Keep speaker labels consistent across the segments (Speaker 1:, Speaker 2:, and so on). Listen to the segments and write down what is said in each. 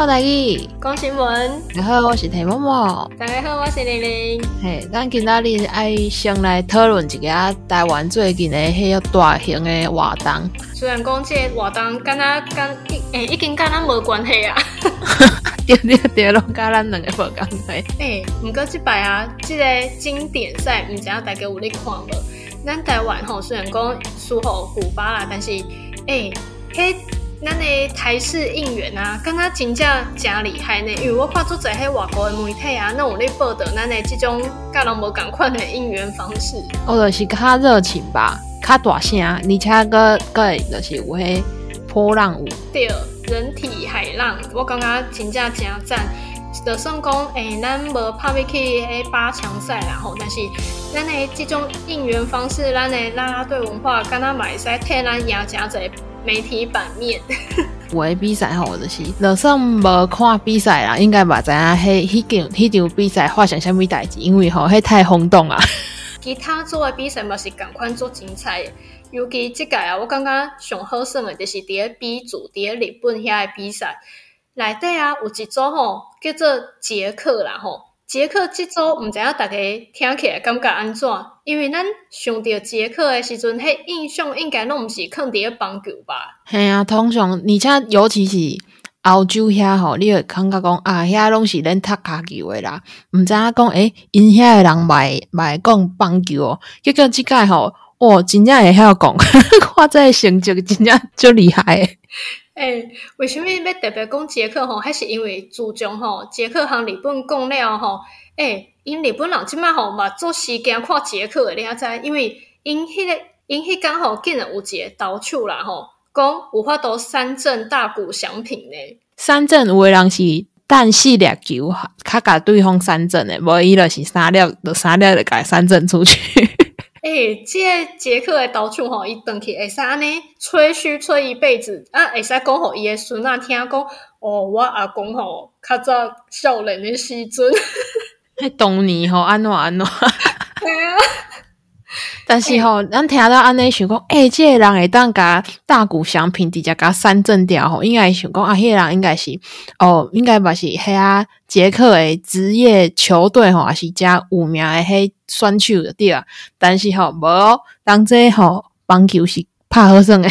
Speaker 1: 看台语，
Speaker 2: 讲新闻。
Speaker 1: 你好，我是提某某。
Speaker 2: 大家好，我是玲玲。
Speaker 1: 嘿，咱今仔日爱先来讨论一个台湾最近的迄个大型的活动。
Speaker 2: 虽然讲这个活动已经跟咱无关系啊。
Speaker 1: 对，拢跟咱两个无关系。
Speaker 2: 不过这摆啊，这个经典赛，唔知道大家有咧看无？咱台湾吼虽然讲输互古巴啦，但是咱的台式应援啊，感觉真正真厉害呢。因为我看足侪迄外国的媒体啊，那有咧报道咱的这种甲人无共款的应援方式。
Speaker 1: 就是较热情吧，较大声，而且个就是有迄波浪舞。
Speaker 2: 对，人体海浪，我感觉真正真赞。就算讲咱无拍要去迄8强赛啦吼，但是咱的这种应援方式，咱的啦啦队文化，敢若嘛会使替咱赢真侪媒体版面。
Speaker 1: 有的比赛吼，就算无看比赛啦，应该嘛知影迄场比赛发生啥物代志，因为吼迄太轰动啊。
Speaker 2: 其他做的比赛嘛是同款做精彩的，尤其这届啊，我感觉上好耍的就是伫咧 B 组，伫咧日本遐的比赛内底啊，有一组吼叫做捷克啦吼。捷克这组唔知影大家听起来感觉安怎？因为咱想到捷克的时阵，迄印象应该拢唔是放伫咧棒球吧？
Speaker 1: 嘿啊，通常而且尤其是欧洲遐吼，你会感觉讲啊，遐拢是咧踢骹球的啦，唔知影讲因遐的人袂讲棒球哦，结果即届吼，真正会晓讲，看这个成绩真正足厉害的。
Speaker 2: 为什么要特别讲捷克吼？还是因为自从吼捷克和日本讲了吼，因日本人即摆吼嘛做时间看捷克的，你知？因为因迄刚好竟然有一个投手啦吼，讲有法度三振大谷翔平呢。
Speaker 1: 三振有的人是弹4粒球，较甲对方三振的，无伊就是3粒就甲三振出去。
Speaker 2: 这个捷克的投手吼，伊回去会使安尼吹嘘吹一辈子啊，会使讲互伊的孙仔听讲，我阿公吼较早少年的时阵，
Speaker 1: 迄当年吼安怎。
Speaker 2: 对啊。
Speaker 1: 但是吼，咱听到安尼想讲，这个人会当甲大谷翔平直接甲三振掉吼，应该想讲啊，迄个人应该是应该嘛是遐捷克的职业球队吼，还是加有名的迄选手就对啊。但是吼，无人这吼棒球是拍好耍的。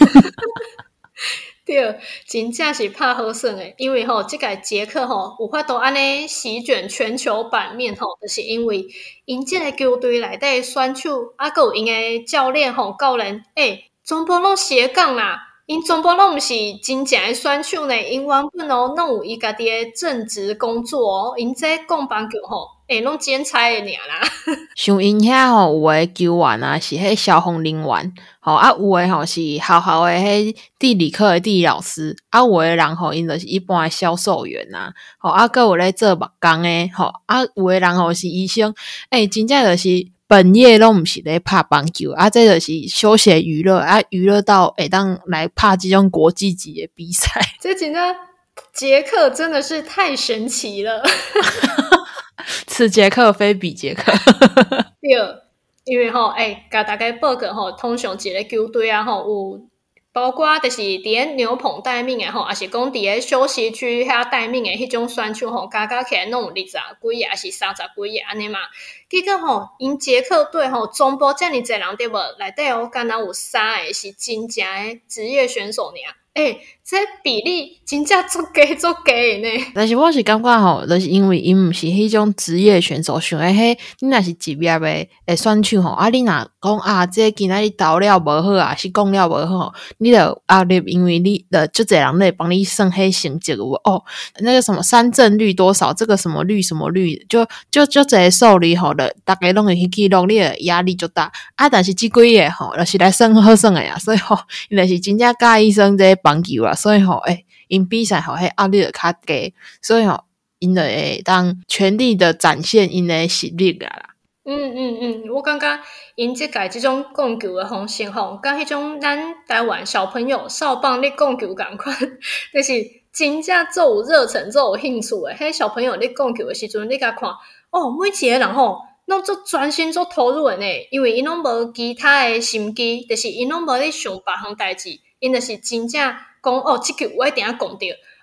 Speaker 2: 对，真正是拍好耍的，因为吼，这个捷克吼有法度安尼席卷全球版面吼，就是因为因这个球队内底选手，还有因的教练吼、教练，全部拢斜杠啦，因全部拢毋是真正的选手呢，因原本拢有伊家己的正职工作哦，因这讲棒球吼。拢剪彩的尔啦。
Speaker 1: 像因遐吼有诶球员啊，是迄消防人员，有诶吼是学校诶迄地理课诶地理老师，有诶人吼因就是一般诶销售员啊，还有咧做木工诶，有诶人吼是医生，真正就是本业拢毋是咧拍棒球，这就是休闲娱乐，娱乐到会当来拍这种国际级诶比赛。
Speaker 2: 这真的捷克真的是太神奇了。
Speaker 1: 此捷克非彼捷克。
Speaker 2: 对，因为吼，甲大家报告吼，通常一个球队啊吼，有包括就是伫咧牛棚待命的吼，也是讲伫咧休息区遐待命的迄种选手吼，加起来拢有20几个，还是30几个安尼嘛。结果吼，因捷克队吼，总部遮尔侪人对无？内底敢若有3个是真正的职业选手尔。这比例真正足低的呢。
Speaker 1: 但是我是感觉吼，就是因为因毋是迄种职业选手，像迄你若是职业的选手吼，你若讲啊，这今仔日投了无好啊，是讲了无好，你就压力，因为你的足侪人咧帮你算迄成绩有那个什么三振率多少，这个什么率什么率，就这数率吼的，大家拢会去记录，你的压力就大但是这几个吼，就是来算好算的呀，所以吼，因为是真正介意算这棒球啊，所以吼，因比赛吼，迄压力就较低，所以吼，因就会当全力的展现因的实力啦。
Speaker 2: 我感觉因即届即种讲球的方式吼，甲迄种咱台湾小朋友少棒咧讲球共款，就是真正做有热忱、做有兴趣的。迄小朋友咧讲球的时阵，你甲看每一个人吼，拢做专心做投入的呢，因为因拢无其他的心机，就是因拢无咧想别项代志，因就是真正讲即句我一定要讲到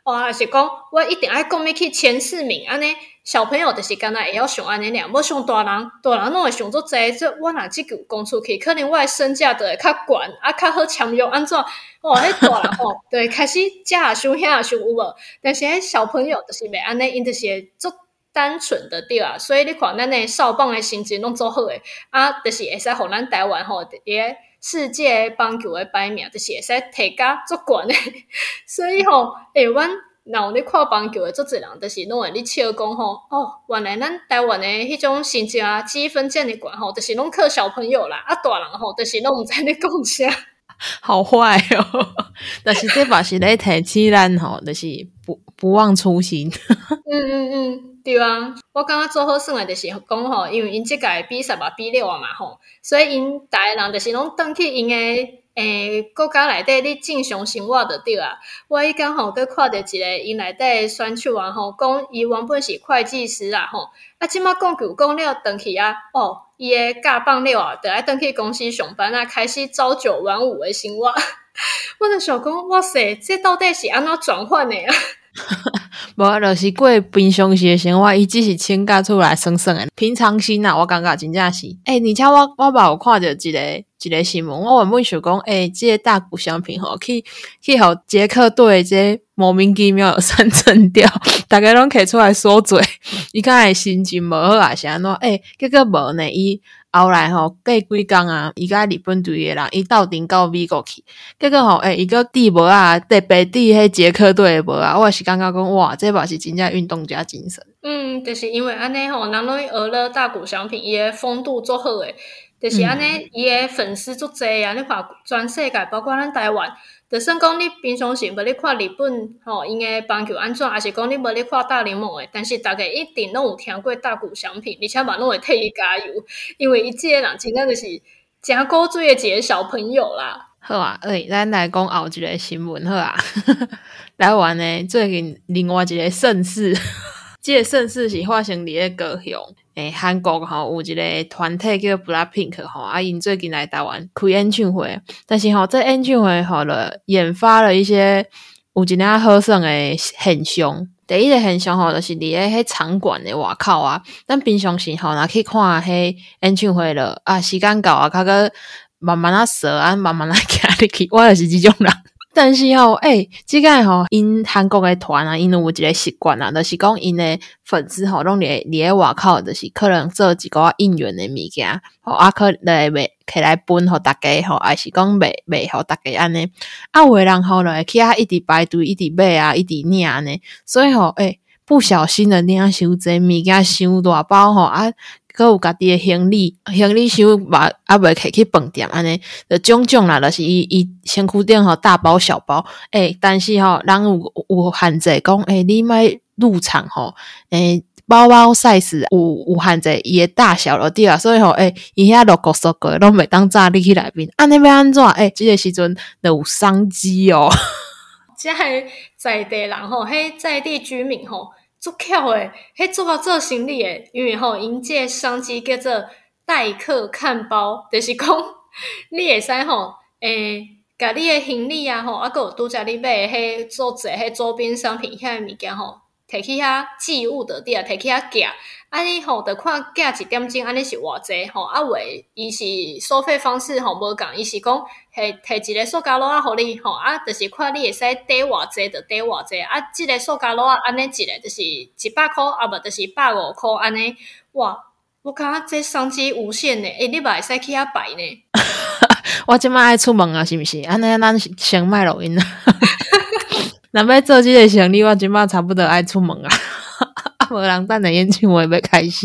Speaker 2: 还是讲我一定要讲要去前4名安尼。小朋友就是敢若会晓想安尼尔，无像大人拢会想做济，这我若即句讲出去，可能我的身价就会较悬，较好签约安怎？迄大人就会开始这也想遐也想有无？但是迄小朋友就是袂安尼，因就是会足单纯的对啊，所以你看咱的少棒的成绩拢做好诶，就是会使互咱台湾伫咧世界棒球的排名，就是会使提高足悬诶，所以阮。若有咧看棒球的足侪人，就是拢会咧笑讲原来咱台湾的迄种成绩积分这么悬就是拢靠小朋友啦，大人就是拢毋知咧讲啥。
Speaker 1: 好坏哦！但是这把是咧提起咱就是不忘初心。
Speaker 2: 对啊，我感觉做好算的就是讲因为因即届比赛嘛比了嘛所以因逐个人就是拢转去因的国家内底咧正常生活就对啊。我迄天去看到一个因内底的选手讲伊原本是会计师即马讲就讲了转去伊的假放了就要转去公司上班开始朝9晚5的生活。我就想讲哇塞，这到底是安怎转换的啊？
Speaker 1: 无就是过平常时的生活，伊只是请假出来算算的。平常心我感觉真正是。而且我嘛有看到一个新闻，我原本想讲这个大谷翔平去互捷克队这莫名其妙有3针掉，大家拢摕出来说嘴，伊敢会心情无好是安怎？结果无呢，伊后来过几工伊甲日本队的人伊斗阵到美国去，结果伊个递无特别递迄捷克队的无我是感觉讲哇，这嘛是真正运动家精神。
Speaker 2: 就是因为安尼人拢学了大谷翔平伊的风度足好诶，就是安尼伊的粉丝足济你看全世界包括咱台湾，就算讲你平常时无咧看日本因的棒球安怎，还是讲你无咧看大联盟诶，但是大家一定拢有听过大谷翔平，而且嘛拢会替伊加油，因为伊即个人真正就是真古锥的一个小朋友啦。
Speaker 1: 好啊，咱来讲后一个新闻好啊。台湾呢最近另外一个盛事，这个盛事是发生伫咧高雄。韩国有一个团体叫 BLACKPINK 因最近来台湾开演唱会，但是这演唱会就引发了一些有一点好耍的现象。第一个现象就是伫咧迄场馆的外口咱平常时若去看迄演唱会了时间到较个慢慢坐慢慢行入去，我就是这种人。但是这个因韩国的团因有一个习惯就是讲因的粉丝拢伫咧外口，就是可能做一个应援的物件可能会起来分互大家还是讲卖互大家安尼有的人就会去一直排队一直买一直领安尼，所以不小心的领伤济物件伤大包还有家己的行李收嘛袂摕去饭店安尼，就种种啦，就是伊身躯顶大包小包但是人有限制讲你莫入场包包 size 有限制伊的大小就对所以伊遐logo sogo拢袂当炸你去内面，安尼要安怎这个时阵就有商机
Speaker 2: 这在地人迄在地居民足巧诶，迄做生意诶，因为因这商机叫做代客看包，就是讲你会使甲你诶行李还有拄则你买诶迄做者迄周边商品遐物件摕去遐寄物就对摕去遐寄你就看寄1点钟安尼是偌济为伊是收费方式无共，伊是讲摕一个塑胶袋互你就是看你会使抵偌济就抵偌济即个塑胶袋安尼一个就是100块无就是150块安尼哇，我感觉这商机无限呢你嘛会使去遐摆呢。
Speaker 1: 我即摆爱出门是毋是安尼咱先卖录音若要做这个生意，我即摆差不多爱出门无人等的演唱会要开始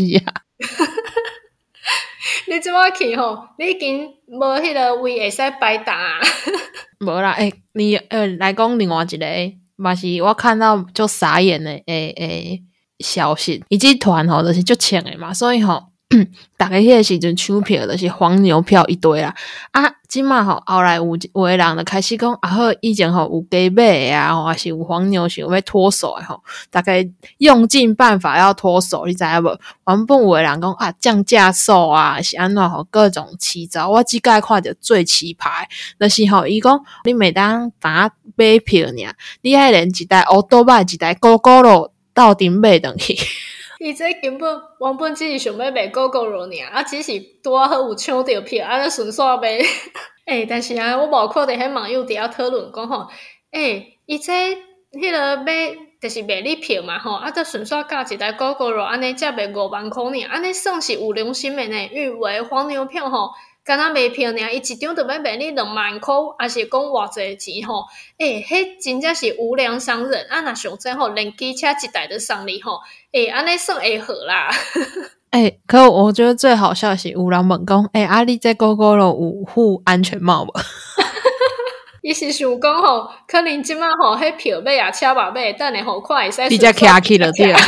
Speaker 2: 你即摆去你已经无迄个位会使摆档
Speaker 1: 无啦你来讲另外一个嘛是我看到就傻眼的消息，伊这团就是足强的嘛，所以大家迄个时阵抢票就是黄牛票一堆啦即马吼后来有的人就开始讲啊好，以前吼有鸡马啊，还是有黄牛想要脱手的吼，大概用尽办法要脱手，你知影无？原本有的人讲啊降价售啊，是安怎吼各种奇招。我即摆看着最奇葩的，就是吼伊讲你每当打买票尔，你还连一台乌多摆一台狗狗肉斗阵买转去。
Speaker 2: 伊这根本原本只是想要卖狗狗肉尔，啊，只是拄好有抢到票，安尼顺续卖。但是啊，我无看到迄网友伫遐讨论讲吼，伊这迄个买就是卖你票嘛吼，啊，再顺续加一台狗狗肉，安尼才卖5万块尔，安尼算是有良心的呢。因为有的黄牛票吼，敢若卖票尔，伊一张就要卖你2万块，还是讲偌济钱吼？迄真正是无良商人啊！若上真吼，连机车一台都送你吼，安尼算会好啦。
Speaker 1: 可我觉得最好笑的是有人问讲，啊你这狗狗肉有附安全帽无？
Speaker 2: 伊是想讲吼，可能即马吼，迄票买啊，车嘛买，等下吼看会使。
Speaker 1: 你才徛起了对。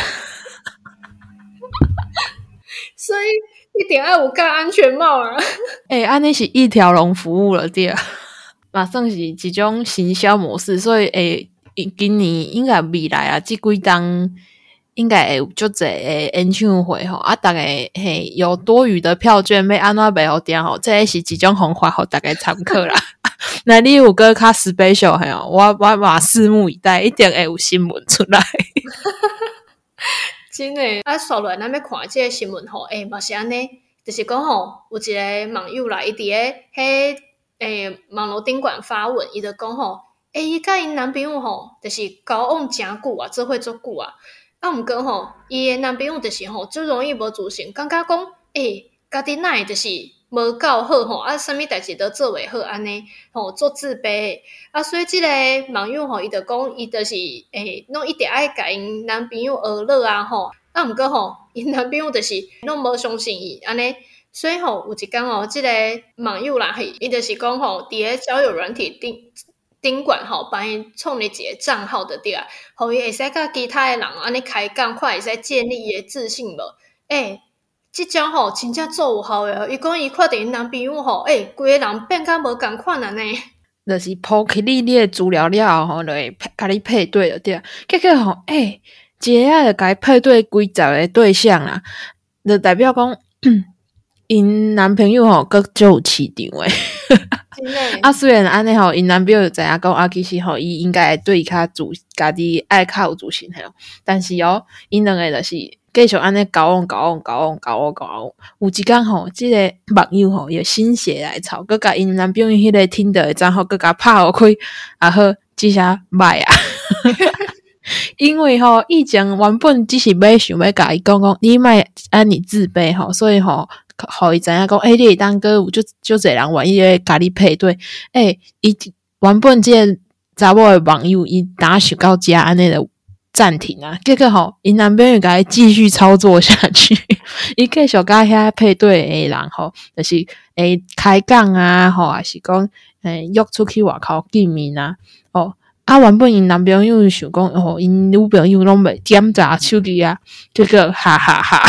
Speaker 2: 所以一定要有戴安全帽啊！
Speaker 1: 安尼是一条龙服务了对。嘛算是一种行销模式，所以今年应该未来啊，这几档应该会有足侪的演唱会吼，啊，大家有多余的票券要安怎买好点吼，这是一种方法，互大家参考啦。那你有个较 special 嘿哦，我嘛拭目以待，一定会有新闻出来。
Speaker 2: 真诶，啊，刷落咱要看这个新闻吼，嘛是安尼，就是讲吼，有一个网友啦，伊伫迄网络顶管发文，伊就讲吼，伊甲因男朋友吼，就是交往诚久啊，做伙足久啊，啊，毋过吼，伊诶男朋友就是吼，最容易无自信，感觉讲，家己哪会就是无够好吼，啊，啥物代志都做袂好，安尼吼，做自卑啊，所以即个网友吼，伊就讲，伊就是拢一直爱甲因男朋友学乐啊吼，啊，毋过吼，因男朋友就是拢无相信伊安尼。所以吼，有一天哦，这个网友啦，伊就是讲吼，伫咧交友软体顶管吼，帮伊创立一个账号的对啊，互伊会使甲其他的人安尼开讲，看会使建立伊的自信无？即种吼真正做有效的，伊讲伊看到因男朋友吼，规个人变甲无共款安尼。
Speaker 1: 就是抛起你的资料了吼，就会甲你配对了对啊。结果吼，一下就甲伊配对几十个对象啦，就代表讲。因男朋友吼，佫足有市场诶。啊，虽然安尼吼，因男朋友就知影讲啊，其实吼，伊应该会对伊较家己爱较有自信嘿。但是因两个就是继续安尼交往。有一天吼，即个网友吼，有心血来潮，佫甲因男朋友迄个Tinder的账号佫甲拍互开，啊好，即下歹啊。因为吼，以前原本只是想要甲伊讲，你莫安尼自卑吼，所以吼。互伊知影讲，你当个有就侪人愿意甲你配对，伊原本这个查某的网友，伊打想到遮安尼的暂停啊，结果吼，因男朋友甲伊继续操作下去，伊继续甲遐配对的人吼，就是开讲啊，吼，还是讲约出去外口见面啊，原本因男朋友想讲，因女朋友拢袂检查手机啊，结果哈哈哈。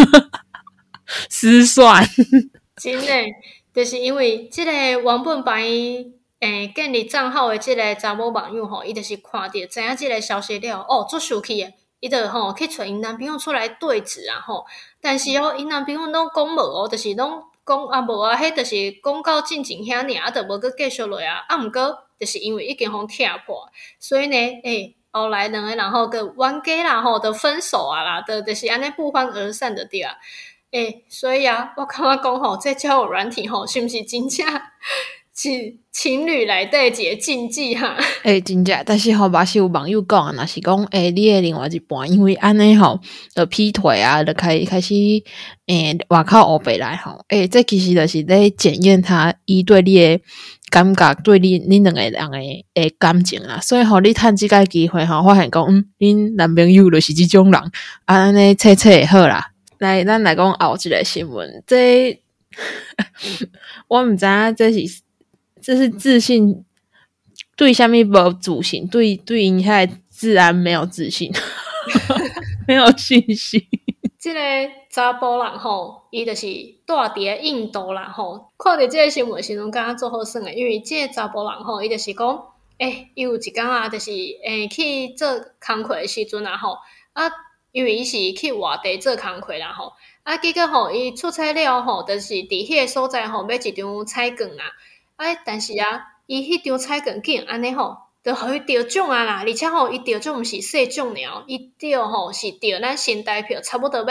Speaker 1: 失算，
Speaker 2: 真诶，就是因为即个原本帮伊建立账号的即个查某网友吼，伊就是看到知影即个消息了，足生气诶，伊就吼去找因男朋友出来对质啊吼，但是因男朋友拢讲无就是拢讲啊无啊，迄就是讲到进前遐尔，啊，就无佮继续落啊，啊，毋过就是因为已经互踢破，所以呢，后来两个人吼个冤家啦吼，就分手啊啦，就是安尼不欢而散的对啊。所以啊，我感觉讲吼，这交友软体吼，是毋是真正是情侣内底一个禁忌哈？
Speaker 1: 真正，但是吼，嘛是有网友讲啊，若是讲你的另外一半，因为安尼吼，就劈腿啊，就开始外口黑白来吼，这其实就是咧检验他伊对你的感觉，对你两个人的感情啦。所以吼，你趁即个机会吼，发现讲恁男朋友就是即种人，安尼切会好啦。来，咱来讲后一个新闻，这我毋知影这是自信对下面无自信，对因遐自然没有自信，没有信心。
Speaker 2: 这个查甫人吼，伊就是住伫印度啦吼。看到这个新闻时阵，感觉做好耍诶，因为这个查甫人吼，伊就是讲，伊有一天啊，就是去做工课诶时阵啊吼，啊，因为伊是去外地做工课啦吼，啊，结果吼，伊出差了吼，就是伫迄个所在吼，买一张彩券啊，但是啊，伊迄张彩券竟然安尼吼。就互伊得奖啊啦，而且吼，伊得奖毋是小奖尔，伊得吼是得咱新台票差不多要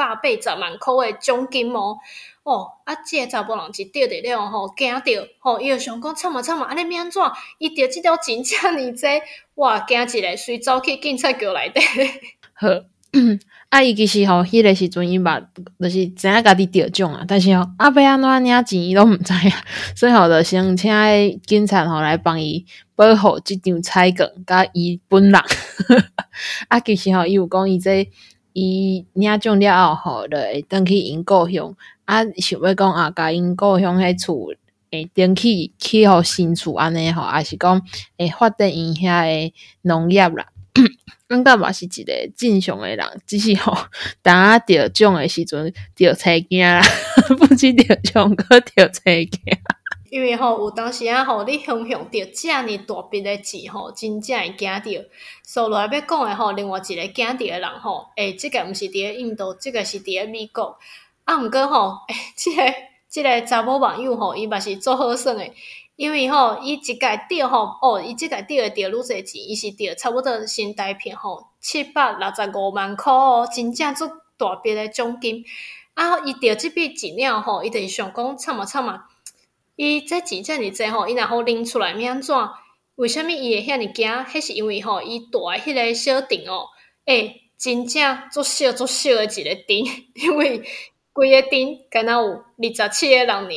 Speaker 2: 280万箍诶奖金哦。这个查甫人一得着了吼，惊着吼，伊就想讲惨啊，安尼要安怎？伊得即条钱遮尔济，哇，惊一个，随走去警察局内底。
Speaker 1: 好。伊其实吼，迄个时阵伊捌就是知影家己得奖啊，但是吼要安怎领钱伊拢毋知影，所以吼就先请警察吼来帮伊保护即张彩券甲伊本人。其实吼伊有讲伊领奖了后吼，就会转去因故乡，想要讲甲因故乡迄厝登去互新厝安尼吼，还是讲会发展因遐诶农业啦。感觉嘛是一个正常诶人，只是吼，当得奖诶时阵着车惊啦，不止得奖，搁着车惊。
Speaker 2: 因为吼，有当时啊吼，你想象着遮尔大笔诶钱吼，真正会惊着。所来要讲诶吼，另外一个惊着诶人吼，即个毋是伫咧印度，即个是伫咧美国。毋过吼，即个查某网友吼，伊嘛是做好耍诶。因为吼，伊一届得吼，伊即届得会得愈侪钱，伊是得差不多新台币吼765万箍哦，真正足大笔诶奖金。伊得即笔钱了吼，伊就是想讲惨啊！伊这钱遮尔济吼，伊若好拎出来要安怎？为虾米伊会遐尔惊？迄是因为吼，伊住诶迄个小镇哦，真正足小诶一个镇，因为规个镇敢若有27个人尔。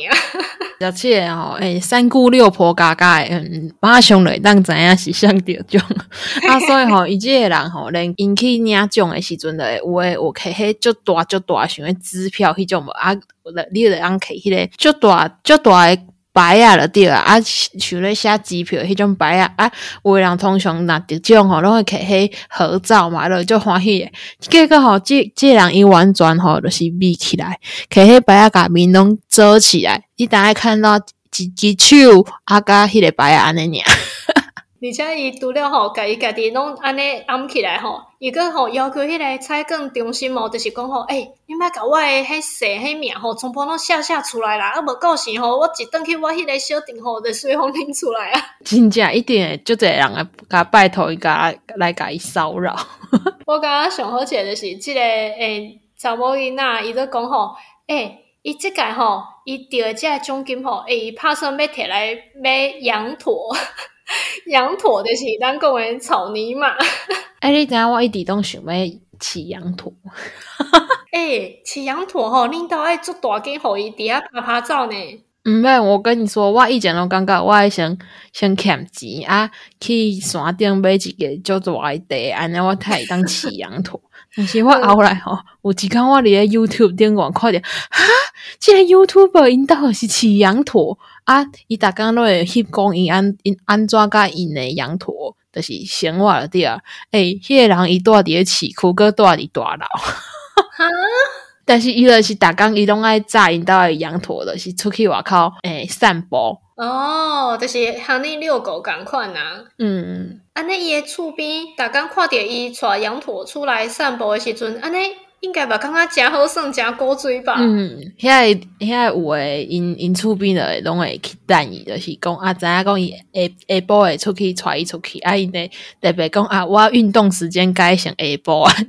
Speaker 1: 27个吼，3姑6婆加诶，马上就会当知影是啥得奖。所以吼，伊即个人吼，连因去领奖诶时阵，就会有摕迄足大像诶支票迄种无你就通摕迄个足大诶牌啊，就对啦。像咧写支票迄种牌啊，有诶人通常若得奖吼，拢会摕迄合照嘛，就足欢喜诶。结果吼，这个人伊完全吼就是眯起来，摕迄牌甲面拢遮起来，你大概看到一只手甲迄个牌安尼尔。
Speaker 2: 而且伊除了吼，家己拢安尼暗起来吼，伊个吼要求迄个彩券中心哦，就是讲吼，你莫甲我诶迄姓迄名吼，全部拢写出来啦，无到时吼，我一转去我迄个小店吼，就随风拎出来啊。
Speaker 1: 真正一定会足侪人来甲拜托伊来甲伊骚扰。
Speaker 2: 我感觉上好笑就是即个查某囡仔，伊都讲吼，伊即届吼，伊得即个奖金吼，伊拍算要摕来买羊驼。羊驼就是咱讲诶草泥马。
Speaker 1: 你知影我一直都想要饲羊驼。
Speaker 2: 饲羊驼吼，恁兜爱做大间，互伊伫遐拍照呢。
Speaker 1: 免，我跟你说，我以前都感觉我先欠钱去山顶买一个足大诶地，安尼我才会当饲羊驼。但是我后来吼，有一天我伫咧 YouTube 顶看到，这个 YouTuber 因兜是饲羊驼伊逐工都会翕讲因安怎甲因诶羊驼，就是生活了对啊。迄个人伊住伫咧市区，搁住伫大楼。但是伊就是逐工伊拢爱载因兜诶羊驼，就是出去外口散步。
Speaker 2: 就是和你遛狗同款啊。安尼伊诶厝边，逐工看到伊带羊驼出来散步诶时阵，安尼应该嘛感觉诚好耍，诚古锥吧。
Speaker 1: 遐有诶，因厝边的拢会去等伊，就是讲知影讲伊下晡会出去带伊出去，因咧特别讲我运动时间改成下晡啊。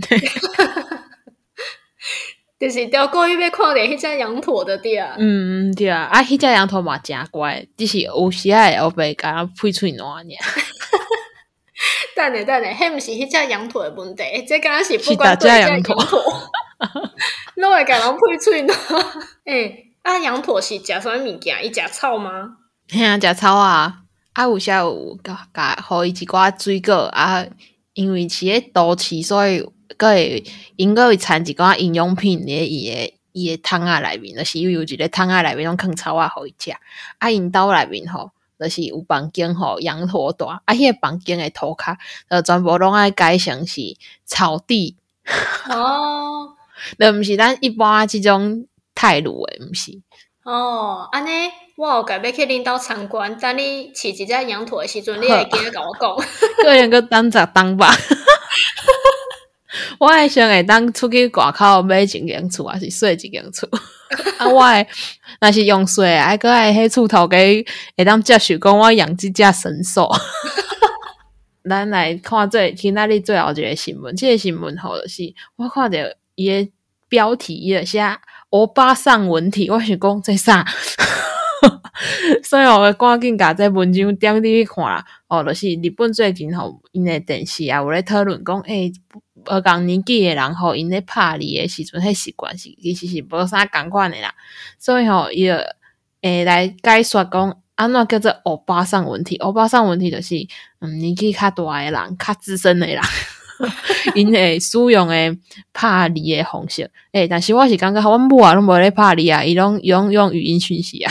Speaker 2: 就是钓故意要看到迄只羊驼的对啊。
Speaker 1: 对啊，迄只羊驼嘛诚乖，只是有时会白甲配喙烂尔。
Speaker 2: 等下，迄毋是迄只羊驼的问题，这敢若是不管对只羊驼，拢会甲人配喙烂。羊驼是食啥物件？伊食草吗？
Speaker 1: 食草啊！有时有甲互伊一寡水果因为是咧都市，所以因会掺一寡营养品咧伊诶桶仔内面，就是有一个桶仔内面拢放草互伊食。因兜内面吼，就是有房间互羊驼住。迄个房间诶涂骹，全部拢爱改成是草地。 就毋是咱一般即种态度诶，毋是。
Speaker 2: 哦，安尼我有甲要去恁兜参观，等你饲一只羊驼诶时阵，你会记得甲我讲。
Speaker 1: 个人个等10当吧。我会先会当出去外口买一间厝，还是洗一间厝。啊，我会若是用洗的，还佫爱迄厝头家会当接受讲我养即只神兽。咱来看今仔日最后一个新闻，这个新闻吼就是我看到伊的标题伊就写欧巴桑文体，我想讲这啥？所以我赶紧甲这文章点入去看啦。就是日本最近吼因的电视啊有咧讨论讲，无共年纪的人吼因咧拍字的时阵，迄习惯其实是无啥共款的啦。所以伊就来解说讲安怎叫做欧巴桑文体。欧巴桑文体就是年纪较大的人，较资深的人。因会使用诶拍字诶方式，但是我是感觉阮母啊拢无咧拍字啊，伊拢用语音讯息啊。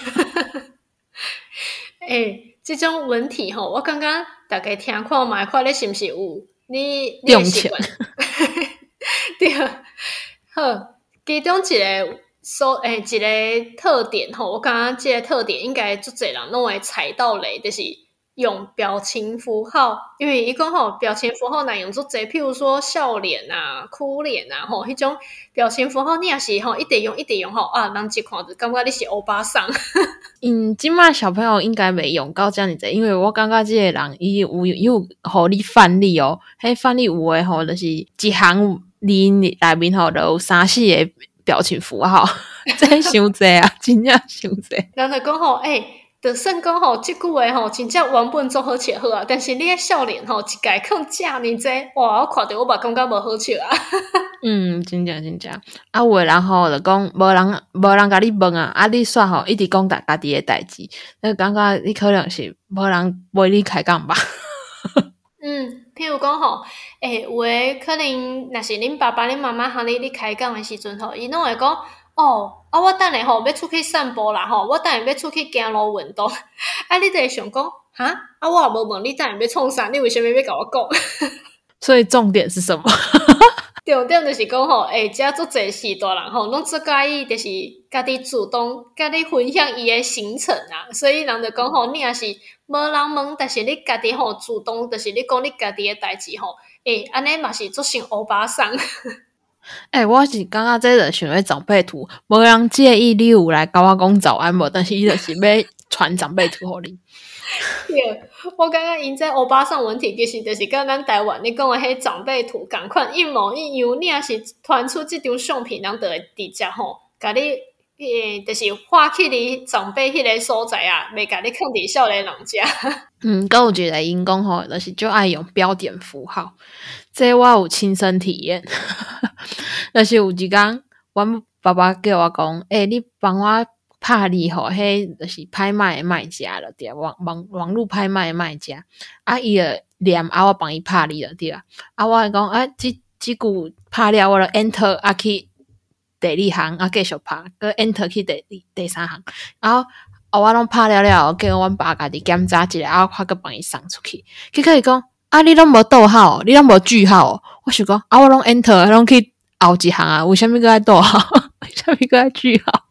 Speaker 2: 即种文体吼，我感觉大家听看嘛，看你是毋是有你
Speaker 1: 用起来。
Speaker 2: 对，好，其中一个特点吼，我感觉即个特点应该足侪人拢会踩到雷，就是用表情符号，因为伊讲吼，表情符号难用足侪，譬如说笑脸啊、哭脸啊，吼，迄种表情符号你也是吼一直用吼啊，人一看就感觉你是欧巴桑。
Speaker 1: 即摆小朋友应该袂用到遮尔济，因为我感觉即个人伊有互你范例哦，迄范例有诶吼，就是一行字内面吼就有3-4个表情符号，真伤济啊，真正伤济。
Speaker 2: 人就讲吼，就算讲吼，即句话吼，真正原本做好笑好啊，但是你诶笑脸吼，一概放遮尔济，哇！我看着我嘛感觉无好笑啊。
Speaker 1: 真正啊，有诶人吼就讲无人甲你问啊，你煞吼一直讲家己诶代志，感觉你可能是无人陪你开讲吧。
Speaker 2: 譬如讲吼，有诶可能若是恁爸爸恁妈妈喊你开讲诶时阵吼，伊拢会讲我等下吼要出去散步啦吼，我等下要出去行路运动。你就会想讲我也无问你等下要创啥，你为什么要甲我讲？
Speaker 1: 所以重点是什么？
Speaker 2: 重点就是讲吼，遮足侪时大人吼，拢最介意就是家己主动甲你分享伊诶行程啊，所以人就讲吼，你也是无人问，但是你家己吼主动，就是你讲你家己诶代志吼，安尼嘛是足像欧巴桑。
Speaker 1: 我是感觉这个想要长辈图，无人介意你有来甲我讲早安无，但是伊就是要传长辈图互你。
Speaker 2: 对，我感觉因这欧巴桑文体其实就是跟咱台湾你讲的迄长辈图同款一模一样，你也是传出这张相片，人就会直接吼，甲你就是画去你长辈迄个所在啊，袂甲你放伫少年人家。
Speaker 1: 还有一个因讲吼，就是就爱用标点符号，这我有亲身体验。就是有一天，阮爸爸叫我讲，你帮我拍字吼，迄就是拍卖的卖家了，对，网络拍卖的卖家。伊就念我帮伊拍字了，对啊。我会讲即句拍了，我就 enter 去第2行继续拍，佮 enter 去第3行，然后我拢拍了，叫阮爸家己检查一下，我看佮帮伊送出去。结果伊讲你拢无逗号，你拢无句号。我想讲我拢 enter 拢去后一行啊，为什么佮爱逗号？为什么佮爱句号？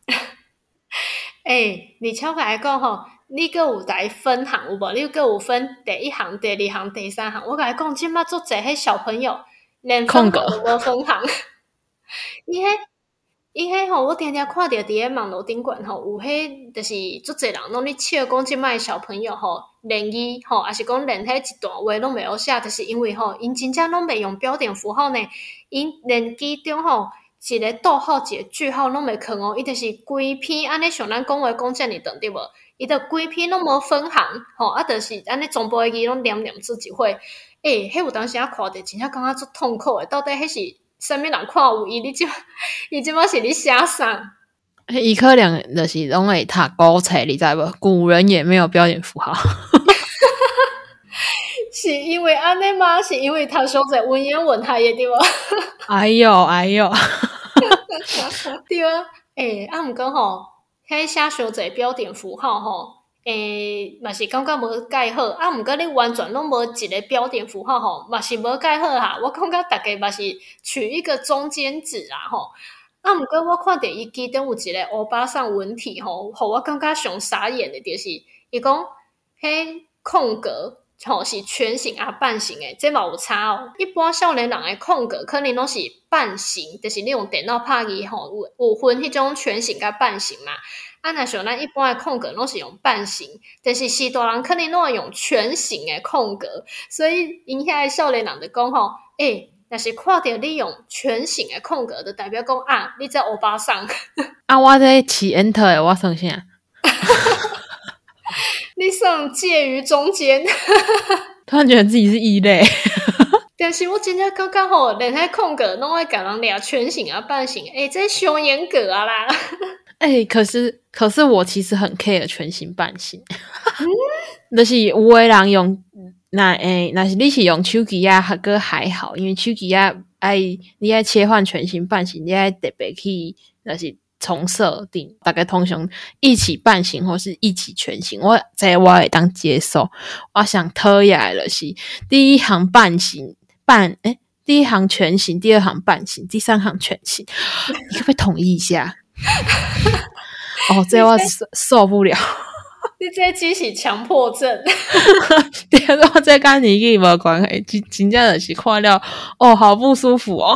Speaker 2: 而且我甲你讲吼，你佫有来分行有无？你佫有分第1行、第2行、第3行。我甲你讲，即摆足侪迄小朋友连分行都无分行。伊迄吼，我定定看着伫咧网络顶管吼，有迄就是足侪人拢咧笑讲即摆小朋友吼连字吼，也是讲连迄一段话拢袂晓写，就是因为吼，因真正拢袂用标点符号呢，因连字中吼一个逗号一个句号拢袂放哦，伊就是规篇安尼像咱讲话讲遮尔长对无？伊就规篇拢无分行吼，就是安尼全部的字拢念出一回。迄有当时看着真正感觉足痛苦诶，到底迄是啥物人看有伊即摆是咧写啥？
Speaker 1: 伊可能就是拢会读古册，你知无？古人也没有标点符号。
Speaker 2: 是因为安尼吗？是因为读伤侪文言文害的对无？
Speaker 1: 哎哟，
Speaker 2: 对啊，毋过吼，迄写伤侪标点符号吼， 嘛是感觉无介好，啊，毋过你完全拢无一个标点符号吼，嘛是无介好哈。我感觉大家嘛是取一个中间值啊吼。啊，毋过我看到伊其中有一个欧巴桑文体吼，互我感觉上傻眼的，就是伊讲迄空格吼是全形啊半形诶，这嘛有差哦。一般少年人诶空格可能拢是半形，就是你用电脑拍字吼，有分迄种全形甲半形嘛。啊，若像咱一般的空格拢是用半形，但是时大人肯定拢会用全形的空格，所以因遐少年人就讲吼，若是看到你用全形的空格，就代表讲啊，你在欧巴桑。
Speaker 1: 啊，我在起 Enter 诶，我算啥？
Speaker 2: 你算介于中间。
Speaker 1: 突然觉得自己是异类。
Speaker 2: 但是我真正感觉吼，连迄空格拢会甲人掠全形啊半形，这伤严格啊啦。
Speaker 1: 可是我其实很 care 全形半形。就是有的人用若是你是用手机啊，还好，因为手机啊你爱切换全形半形，你爱特别去就是重设定，大概通常一起半形或是一起全形，我会当接受。我想讨厌的是第一行半形第一行全形，第二行半形，第三行全形，你可不可以统一一下？这我受不了。
Speaker 2: 你这只是强迫症。
Speaker 1: 对，我这跟年纪无关系，真正就是看了好不舒服哦。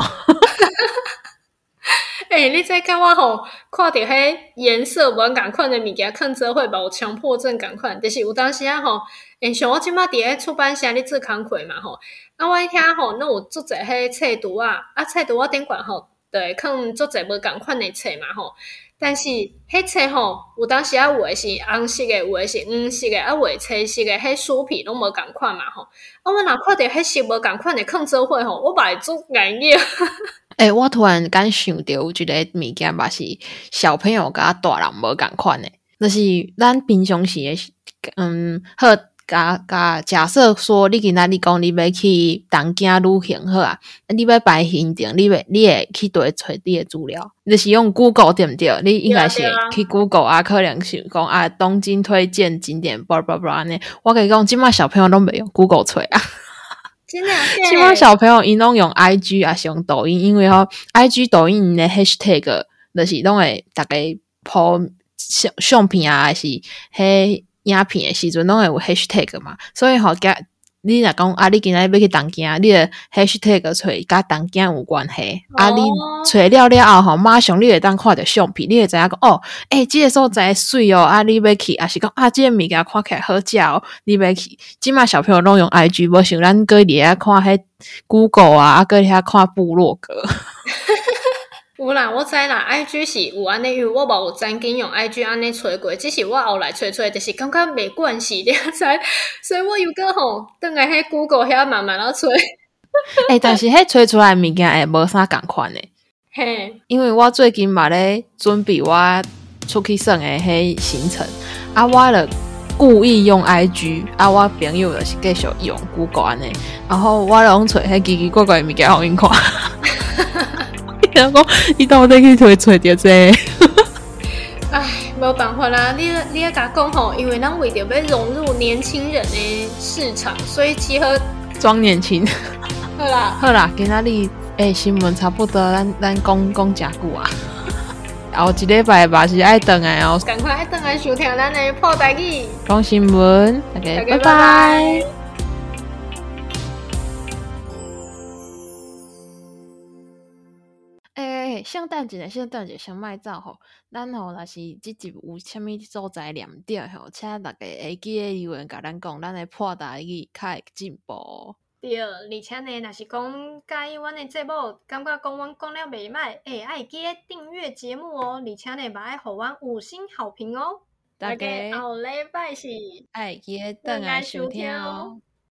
Speaker 2: 你这甲我吼看到迄颜色无共款的物件，看做伙嘛有强迫症共款，就是有当时啊吼，像我即摆伫咧出版社咧做工课嘛吼，啊我遐吼，拢有足侪迄册图啊，册图啊顶悬吼，就会放足侪无共款的册嘛吼。但是迄册吼，有当时啊有诶是红色诶，有诶是黄色诶，啊有诶青色诶，迄书皮拢无共款嘛吼。我若看到迄色无共款诶放做伙吼，我嘛会足眼热。
Speaker 1: 我突然间想到有一个物件嘛是小朋友甲大人无共款诶，就是咱平常时好假设说你今仔日讲你要去东京旅行好啊，你要排行程，你会去倒找你的资料，就是用 Google 对不对？你应该是去 Google 啊，可能是讲啊东京推荐景点 blah blah blah 呢。我跟你讲，现在小朋友都没用 Google 找啊。
Speaker 2: 真的，
Speaker 1: 现在小朋友因拢用 IG 啊，是用抖音，因为IG 抖音的 hashtag 就是拢会大家 po 相片啊，还是迄影片的时阵拢会有 hashtag 嘛，所以你若讲啊，你今仔要去东京，你的 hashtag 找甲东京有关系，你找了后马上你会当看到相片，你会知影讲这个所在水哦，你要去，还是讲这个物件看起来好食哦，你要去。即马小朋友拢用 IG， 无像咱搁伫遐看迄 Google 啊，搁伫遐看部落格。
Speaker 2: 有啦，我知啦 ，IG 是有安尼，因为我无有曾经用 IG 安尼找过，只是我后来找，就是感觉袂惯势，你知，所以我又搁吼，转来迄 Google 遐慢慢啊找。
Speaker 1: 但是迄找出来物件会无啥共款诶。
Speaker 2: 嘿，
Speaker 1: 因为我最近嘛咧准备我出去耍诶迄行程，我了故意用 IG，我朋友就是继续用 Google 安尼，然后我拢找迄奇奇怪怪诶物件互因看。然后伊到底去找着这个？
Speaker 2: 没办法啦，你要甲讲吼，因为咱为着要融入年轻人的市场，所以只好
Speaker 1: 装年轻。
Speaker 2: 好啦，
Speaker 1: 今仔日新闻差不多，咱讲诚久啊。后一礼拜嘛是爱回来哦，
Speaker 2: 赶快爱回来收听咱的破台语
Speaker 1: 讲新闻，大家拜拜。圣诞节先卖走吼，咱吼若是即集有啥物所在念着吼，请大家会记得留言甲咱讲，咱的破台语较会进步。
Speaker 2: 对，而且呢，若是讲介意阮的节目，感觉讲阮讲了袂歹，爱记得订阅节目哦，而且呢，嘛爱互阮5星好评哦。
Speaker 1: 大家
Speaker 2: 后礼拜是
Speaker 1: 爱记得回来收听哦。